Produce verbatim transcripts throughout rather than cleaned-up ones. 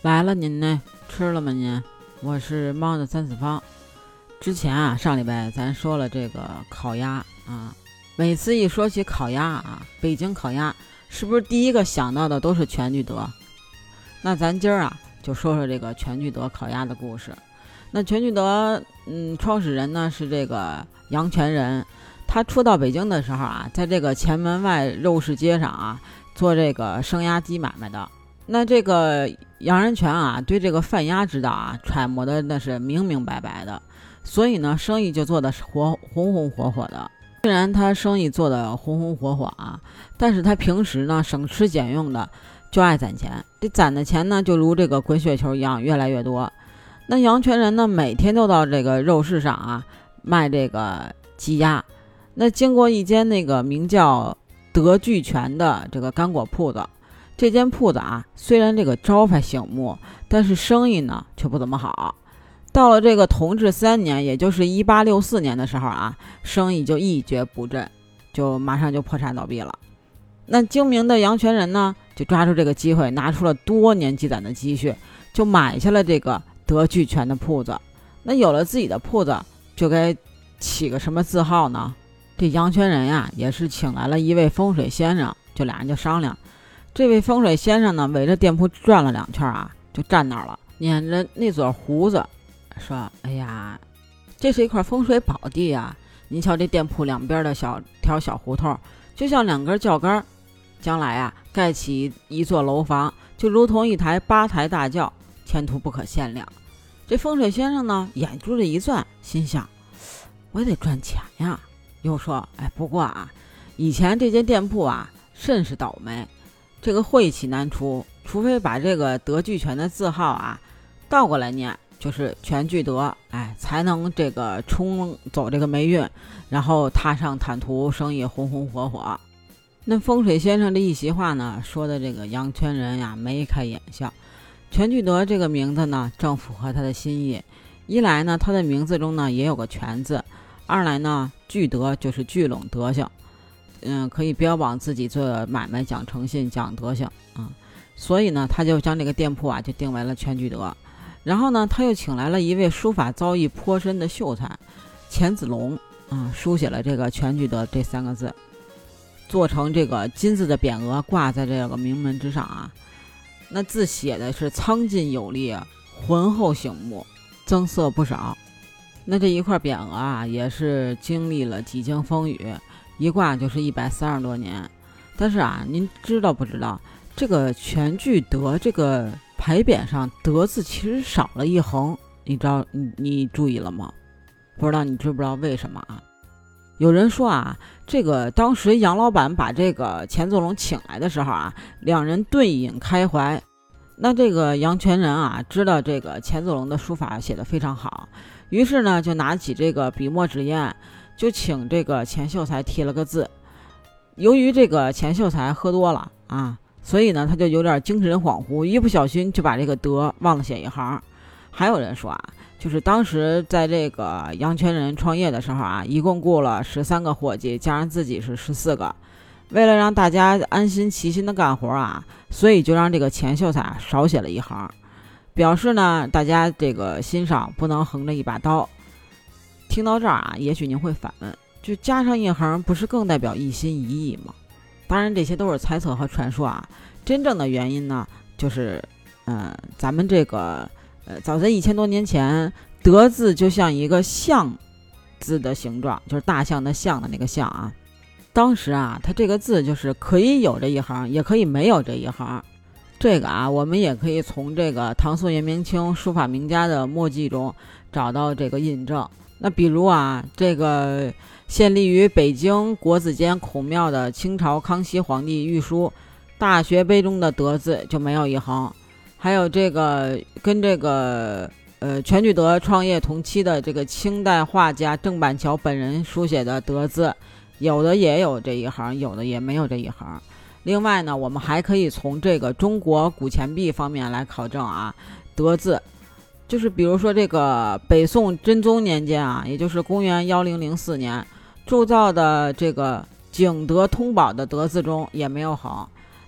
来了您呢，吃了吗您？我是猫的三次方。之前啊，上礼拜咱说了这个烤鸭啊，每次一说起烤鸭啊，北京烤鸭是不是第一个想到的都是全聚德？那咱今儿啊就说说这个全聚德烤鸭的故事。那全聚德嗯，创始人呢是这个杨全仁，他初到北京的时候啊，在这个前门外肉市街上啊做这个生鸭鸡买卖的。那这个杨仁全啊，对这个贩鸭之道啊揣摩的那是明明白白的，所以呢生意就做的活红红火火的。虽然他生意做的红红火火啊，但是他平时呢省吃俭用的，就爱攒钱。这攒的钱呢就如这个滚雪球一样越来越多。那杨全仁呢每天都到这个肉市上啊卖这个鸡鸭。那经过一间那个名叫德聚全的这个干果铺子，这间铺子啊虽然这个招牌醒目，但是生意呢却不怎么好。到了这个同治三年，也就是一八六四年的时候啊，生意就一蹶不振，就马上就破产倒闭了。那精明的杨全仁呢就抓住这个机会，拿出了多年积攒的积蓄，就买下了这个德聚全的铺子。那有了自己的铺子，就该起个什么字号呢？这杨全仁呀也是请来了一位风水先生，就俩人就商量。这位风水先生呢围着店铺转了两圈啊，就站那儿了，捻着那撮胡子说，哎呀，这是一块风水宝地啊，您瞧这店铺两边的小条小胡同就像两根轿杆，将来啊盖起一座楼房就如同一台八抬大轿，前途不可限量。这风水先生呢眼珠子一转，心想我也得赚钱呀，又说，哎，不过啊以前这间店铺啊甚是倒霉，这个晦气难除，除非把这个德聚全的字号啊倒过来念，就是全聚德，哎，才能这个冲走这个霉运，然后踏上坦途，生意红红火火。那风水先生这一席话呢，说的这个杨全仁呀眉开眼笑。全聚德这个名字呢正符合他的心意，一来呢他的名字中呢也有个全字，二来呢聚德就是聚拢德行，嗯，可以标榜自己做买卖讲诚信讲德行啊，所以呢他就将这个店铺啊就定为了全聚德。然后呢他又请来了一位书法造诣颇深的秀才钱子龙啊，书写了这个全聚德这三个字，做成这个金字的匾额挂在这个名门之上啊。那字写的是苍劲有力啊，浑厚醒目，增色不少。那这一块匾额啊也是经历了几经风雨，一挂就是一百三十多年。但是啊您知道不知道，这个全聚德这个牌匾上德字其实少了一横，你知道你你注意了吗？不知道你知不知道为什么啊？有人说啊，这个当时杨老板把这个钱子龙请来的时候啊，两人对饮开怀。那这个杨全仁啊知道这个钱子龙的书法写得非常好，于是呢就拿起这个笔墨纸砚，就请这个钱秀才题了个字。由于这个钱秀才喝多了啊，所以呢他就有点精神恍惚，一不小心就把这个德忘了写一行。还有人说啊，就是当时在这个杨全仁创业的时候啊，一共雇了十三个伙计，加上自己是十四个。为了让大家安心齐心的干活啊，所以就让这个钱秀才少写了一行，表示呢大家这个心上不能横着一把刀。听到这儿啊，也许您会反问，就加上一横不是更代表一心一意吗？当然这些都是猜测和传说啊，真正的原因呢就是嗯，咱们这个呃，早在一千多年前，德字就像一个象字的形状，就是大象的象的那个象啊。当时啊，它这个字就是可以有这一行，也可以没有这一行。这个啊，我们也可以从这个唐宋元明清书法名家的墨迹中找到这个印证。那比如啊，这个现立于北京国子监孔庙的清朝康熙皇帝御书《大学碑》中的德字就没有一横。还有这个跟这个呃全聚德创业同期的这个清代画家郑板桥本人书写的德字，有的也有这一行，有的也没有这一行。另外呢，我们还可以从这个中国古钱币方面来考证啊，德字就是比如说这个北宋真宗年间啊，也就是公元一零零四年铸造的这个景德通宝的德字中也没有横。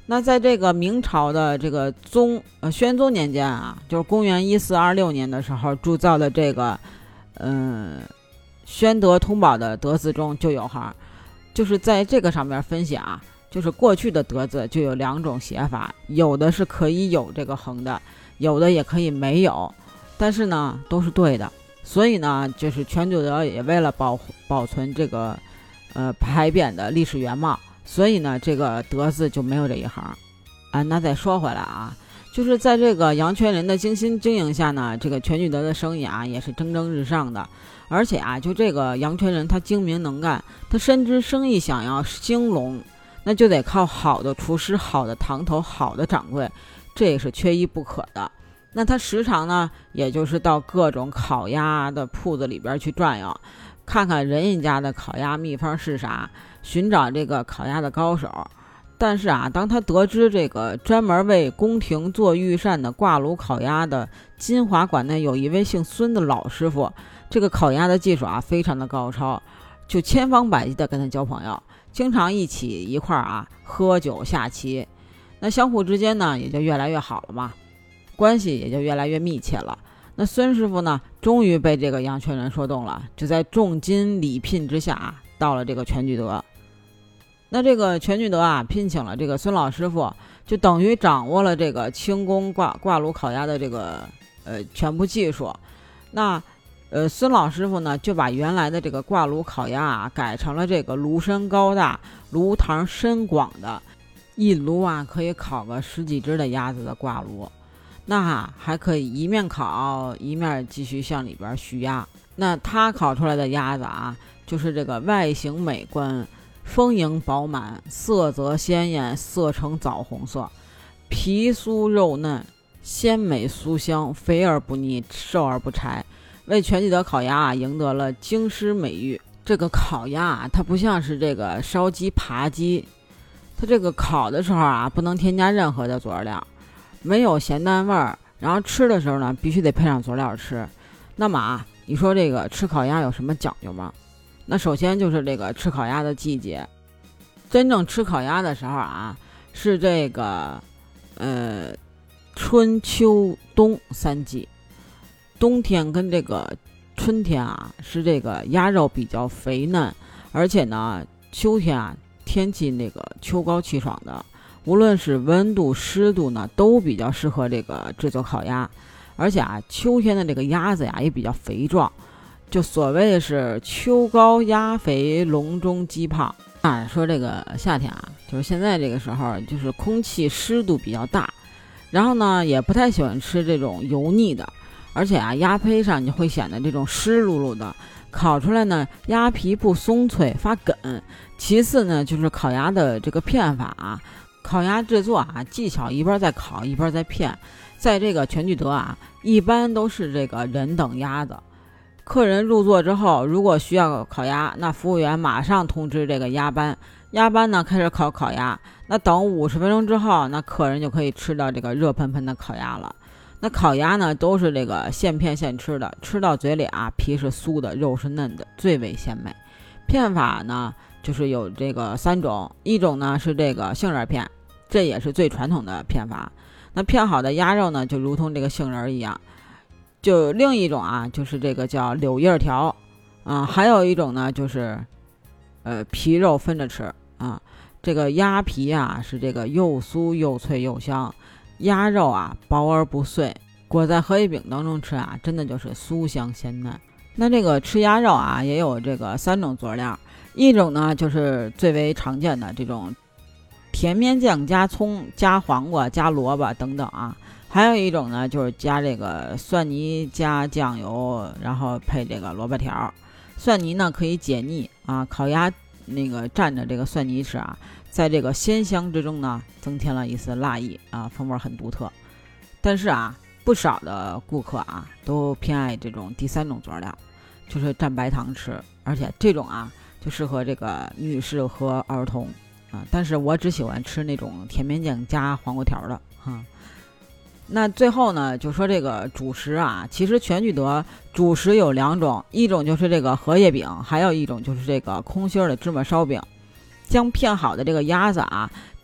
那在这个明朝的这个宗呃宣宗年间啊，就是公元一四二六年的时候铸造的这个嗯、呃、宣德通宝的德字中就有行，就是在这个上面分析啊，就是过去的德字就有两种写法，有的是可以有这个横的，有的也可以没有，但是呢都是对的。所以呢，就是全聚德也为了保保存这个呃牌匾的历史原貌，所以呢这个德字就没有这一行啊。那再说回来啊，就是在这个杨全仁的精心经营下呢，这个全聚德的生意啊也是蒸蒸日上的。而且啊，就这个杨全仁他精明能干，他深知生意想要兴隆，那就得靠好的厨师、好的堂头、好的掌柜，这也是缺一不可的。那他时常呢，也就是到各种烤鸭的铺子里边去转悠，看看人人家的烤鸭秘方是啥，寻找这个烤鸭的高手。但是啊，当他得知这个专门为宫廷做御膳的挂炉烤鸭的金华馆内有一位姓孙的老师傅，这个烤鸭的技术啊非常的高超，就千方百计的跟他交朋友，经常一起一块儿啊喝酒下棋，那相互之间呢也就越来越好了嘛，关系也就越来越密切了。那孙师傅呢，终于被这个杨全仁说动了，就在重金礼聘之下啊，到了这个全聚德。那这个全聚德啊，聘请了这个孙老师傅，就等于掌握了这个轻工挂挂炉烤鸭的这个呃全部技术。那呃孙老师傅呢，就把原来的这个挂炉烤鸭啊，改成了这个炉身高大、炉膛深广的，一炉啊可以烤个十几只的鸭子的挂炉。那还可以一面烤一面继续向里边续鸭。那他烤出来的鸭子啊，就是这个外形美观，丰盈饱满，色泽鲜艳，色呈枣红色，皮酥肉嫩，鲜美酥香，肥而不腻，瘦而不柴，为全聚德烤鸭啊赢得了京师美誉。这个烤鸭啊，它不像是这个烧鸡、扒鸡，它这个烤的时候啊，不能添加任何的佐料，没有咸淡味儿，然后吃的时候呢，必须得配上佐料吃。那么啊，你说这个吃烤鸭有什么讲究吗？那首先就是这个吃烤鸭的季节，真正吃烤鸭的时候啊，是这个呃春秋冬三季。冬天跟这个春天啊，是这个鸭肉比较肥嫩，而且呢，秋天啊天气那个秋高气爽的，无论是温度湿度呢，都比较适合这个制作烤鸭。而且啊，秋天的这个鸭子呀也比较肥壮，就所谓是秋高鸭肥，笼中鸡胖啊。说这个夏天啊，就是现在这个时候，就是空气湿度比较大，然后呢也不太喜欢吃这种油腻的，而且啊鸭胚上你会显得这种湿漉漉的，烤出来呢鸭皮不松脆发梗。其次呢就是烤鸭的这个片法啊，烤鸭制作啊技巧一边在烤一边在片。在这个全聚德啊，一般都是这个人等鸭子，客人入座之后，如果需要烤鸭，那服务员马上通知这个鸭班，鸭班呢开始烤烤鸭。那等五十分钟之后，那客人就可以吃到这个热喷喷的烤鸭了。那烤鸭呢都是这个现片现吃的，吃到嘴里啊，皮是酥的，肉是嫩的，最为鲜美。片法呢就是有这个三种，一种呢是这个杏仁片，这也是最传统的片法。那片好的鸭肉呢，就如同这个杏仁一样。就另一种啊，就是这个叫柳叶条啊，还有一种呢，就是呃皮肉分着吃啊。这个鸭皮啊是这个又酥又脆又香，鸭肉啊薄而不碎，裹在荷叶饼当中吃啊，真的就是酥香鲜嫩。那这个吃鸭肉啊，也有这个三种佐料，一种呢就是最为常见的这种甜面酱加葱加黄瓜加萝卜等等啊，还有一种呢就是加这个蒜泥加酱油，然后配这个萝卜条。蒜泥呢可以解腻啊，烤鸭那个蘸着这个蒜泥吃啊，在这个鲜香之中呢增添了一丝辣意啊，风味很独特。但是啊，不少的顾客啊都偏爱这种第三种佐料，就是蘸白糖吃，而且这种啊就适合这个女士和儿童啊，但是我只喜欢吃那种甜面酱加黄瓜条的哈。那最后呢，就说这个主食啊，其实全聚德主食有两种，一种就是这个荷叶饼，还有一种就是这个空心的芝麻烧饼。将片好的这个鸭子啊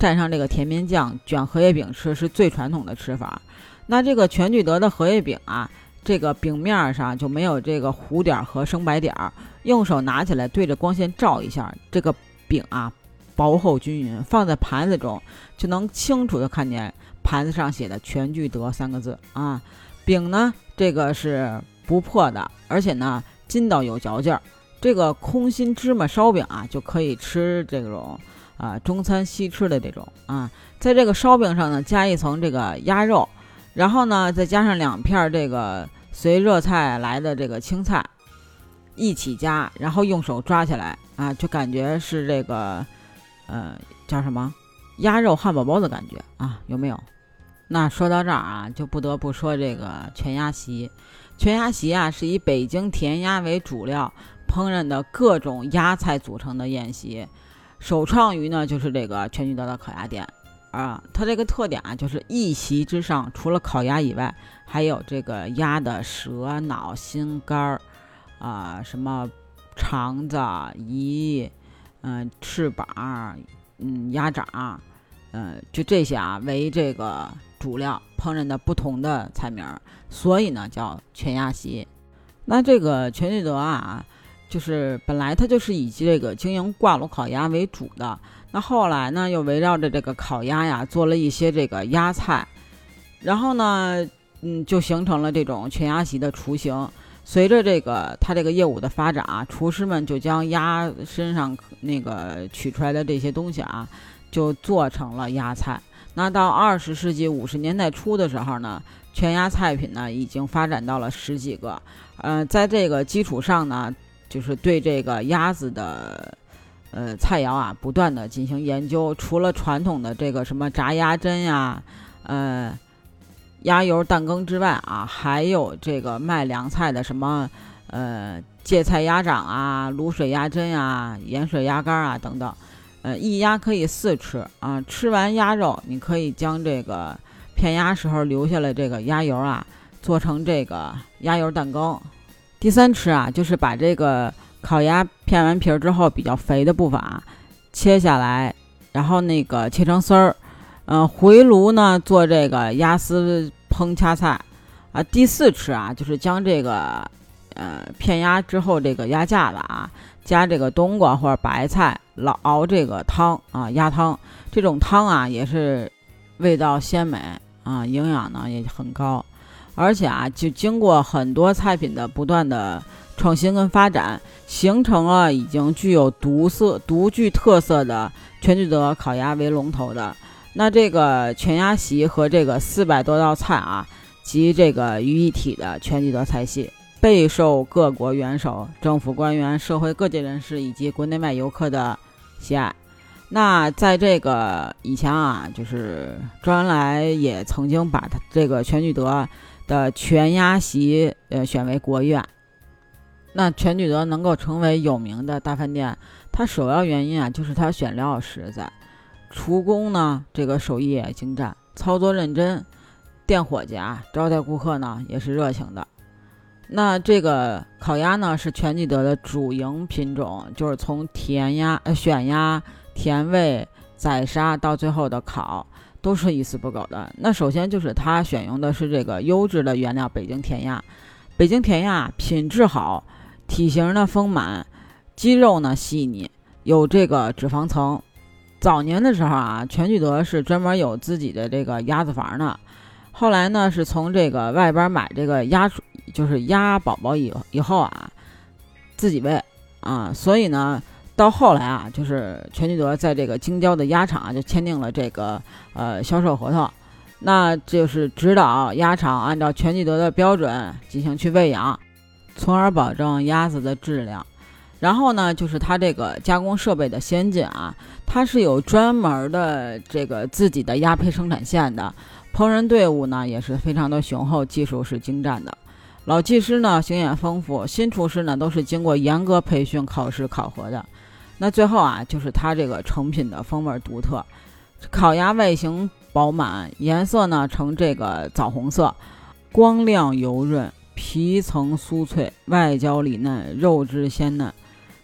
蘸上这个甜面酱卷荷叶饼吃是最传统的吃法。那这个全聚德的荷叶饼啊，这个饼面上就没有这个糊点和生白点，用手拿起来对着光线照一下，这个饼啊薄厚均匀，放在盘子中就能清楚的看见盘子上写的全聚德三个字啊。饼呢这个是不破的，而且呢筋道有嚼劲儿。这个空心芝麻烧饼啊就可以吃这种啊中餐西吃的这种啊。在这个烧饼上呢加一层这个鸭肉，然后呢再加上两片这个随热菜来的这个青菜一起加，然后用手抓起来啊，就感觉是这个呃叫什么鸭肉汉堡包的感觉啊，有没有？那说到这儿啊，就不得不说这个全鸭席。全鸭席啊是以北京甜鸭为主料烹饪的各种鸭菜组成的宴席，首创于呢就是这个全聚德的烤鸭店啊。它这个特点啊就是一席之上除了烤鸭以外，还有这个鸭的舌脑心肝啊，什么肠子胰嗯、呃、翅膀嗯鸭掌嗯、呃、就这些啊为这个主料烹饪的不同的菜名，所以呢叫全鸭席。那这个全聚德啊就是本来它就是以这个经营挂炉烤鸭为主的，那后来呢又围绕着这个烤鸭呀做了一些这个鸭菜，然后呢嗯就形成了这种全鸭席的雏形。随着这个它这个业务的发展啊，厨师们就将鸭身上那个取出来的这些东西啊就做成了鸭菜。那到二十世纪五十年代初的时候呢，全鸭菜品呢已经发展到了十几个。呃，在这个基础上呢，就是对这个鸭子的呃菜肴啊不断的进行研究。除了传统的这个什么炸鸭胗呀、呃鸭油蛋羹之外啊，还有这个卖凉菜的什么呃芥菜鸭掌啊、卤水鸭胗啊、盐水鸭肝啊等等。呃，一鸭可以四吃啊，吃完鸭肉，你可以将这个片鸭时候留下来这个鸭油啊，做成这个鸭油蛋羹。第三吃啊，就是把这个烤鸭片完皮之后比较肥的部分啊切下来，然后那个切成丝儿，呃，回炉呢做这个鸭丝烹掐菜啊。第四吃啊，就是将这个呃片鸭之后这个鸭架子啊。加这个冬瓜或者白菜老熬这个汤啊，鸭汤。这种汤啊也是味道鲜美啊，营养呢也很高。而且啊就经过很多菜品的不断的创新跟发展，形成了已经具有独色独具特色的全聚德烤鸭为龙头的。那这个全鸭席和这个四百多道菜啊及这个于一体的全聚德菜系，备受各国元首、政府官员、社会各界人士以及国内外游客的喜爱。那在这个以前啊，就是周恩来也曾经把他这个全聚德的全鸭席呃选为国宴。那全聚德能够成为有名的大饭店，它首要原因啊就是它选料实在，厨工呢这个手艺也精湛，操作认真，店伙计啊招待顾客呢也是热情的。那这个烤鸭呢是全聚德的主营品种，就是从甜鸭、呃、选鸭、甜味、宰杀到最后的烤都是一丝不苟的。那首先就是它选用的是这个优质的原料北京甜鸭。北京甜鸭品质好，体型呢丰满，肌肉呢细腻，有这个脂肪层。早年的时候啊，全聚德是专门有自己的这个鸭子房呢。后来呢是从这个外边买这个鸭就是鸭宝宝以以后啊自己喂啊，所以呢到后来啊就是全聚德在这个京郊的鸭场、啊、就签订了这个呃销售合同，那就是指导鸭场按照全聚德的标准进行去喂养，从而保证鸭子的质量。然后呢就是它这个加工设备的先进啊，它是有专门的这个自己的鸭胚生产线的，烹饪队伍呢也是非常的雄厚，技术是精湛的。老技师呢经验丰富，新厨师呢都是经过严格培训考试考核的。那最后啊就是它这个成品的风味独特。烤鸭外形饱满，颜色呢呈这个枣红色，光亮油润，皮层酥脆，外焦里嫩，肉质鲜嫩。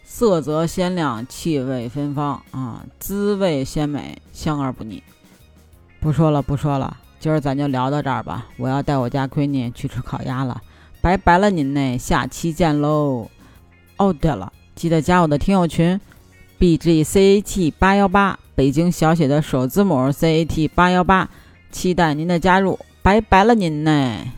色泽鲜亮，气味芬芳啊，滋味鲜美，香而不腻。不说了不说了，今儿咱就聊到这儿吧，我要带我家闺女去吃烤鸭了，拜拜了您呢，下期见喽。哦对了，记得加我的听友群 B G C A T 八一八，北京小写的首字母 C A T 八一八，期待您的加入，拜拜了您呢。